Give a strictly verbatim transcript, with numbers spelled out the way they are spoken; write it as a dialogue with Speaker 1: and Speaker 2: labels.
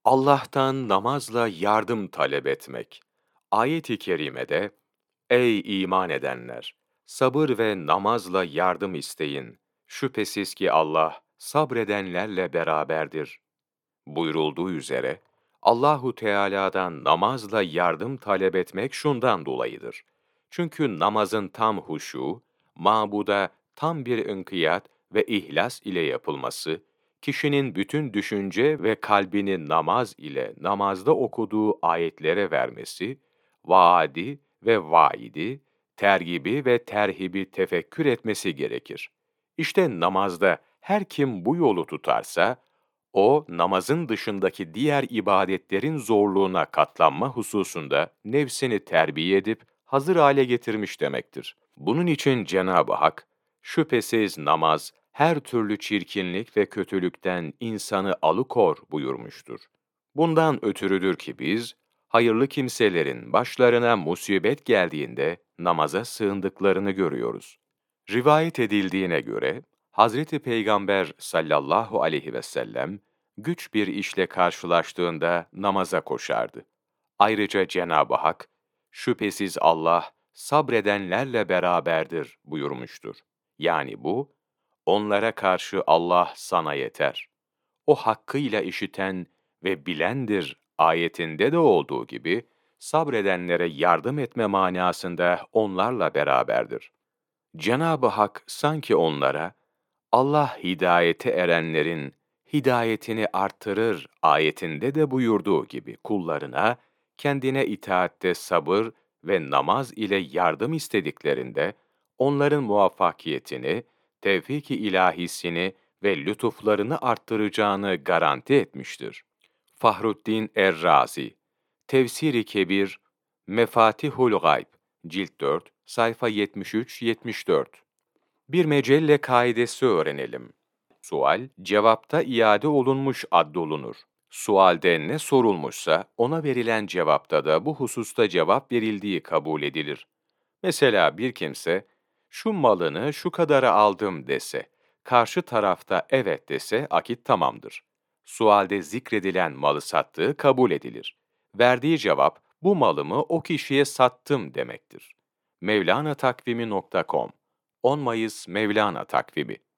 Speaker 1: Allah'tan namazla yardım talep etmek. Ayet-i kerimede, "Ey iman edenler! Sabır ve namazla yardım isteyin. Şüphesiz ki Allah sabredenlerle beraberdir." buyurulduğu üzere, Allahu Teala'dan namazla yardım talep etmek şundan dolayıdır. Çünkü namazın tam huşu, mabuda tam bir inkiyat ve ihlas ile yapılması, kişinin bütün düşünce ve kalbini namaz ile namazda okuduğu ayetlere vermesi, vaadi ve vaidi, tergibi ve terhibi tefekkür etmesi gerekir. İşte namazda her kim bu yolu tutarsa, o, namazın dışındaki diğer ibadetlerin zorluğuna katlanma hususunda nefsini terbiye edip hazır hale getirmiş demektir. Bunun için Cenab-ı Hak, şüphesiz namaz her türlü çirkinlik ve kötülükten insanı alıkor buyurmuştur. Bundan ötürüdür ki biz, hayırlı kimselerin başlarına musibet geldiğinde namaza sığındıklarını görüyoruz. Rivayet edildiğine göre, Hazreti Peygamber sallallahu aleyhi ve sellem, güç bir işle karşılaştığında namaza koşardı. Ayrıca Cenab-ı Hak, şüphesiz Allah sabredenlerle beraberdir buyurmuştur. Yani bu, onlara karşı Allah sana yeter. O hakkıyla işiten ve bilendir ayetinde de olduğu gibi, sabredenlere yardım etme manasında onlarla beraberdir. Cenab-ı Hak sanki onlara, Allah hidayete erenlerin hidayetini artırır ayetinde de buyurduğu gibi kullarına, kendine itaatte sabır ve namaz ile yardım istediklerinde, onların muvaffakiyetini, tevfik-i ilahisini ve lütuflarını arttıracağını garanti etmiştir. Fahruddin Er-Razi, Tefsir-i Kebir, Mefatihul Gayb, Cilt dört, sayfa yetmiş üç yetmiş dört. Bir mecelle kaidesi öğrenelim. Sual, cevapta iade olunmuş addolunur. Sualde ne sorulmuşsa ona verilen cevapta da bu hususta cevap verildiği kabul edilir. Mesela bir kimse, şu malını şu kadara aldım dese, karşı tarafta evet dese akit tamamdır. Sualde zikredilen malı sattığı kabul edilir. Verdiği cevap, bu malımı o kişiye sattım demektir. mevlana takvimi nokta com on Mayıs Mevlana Takvimi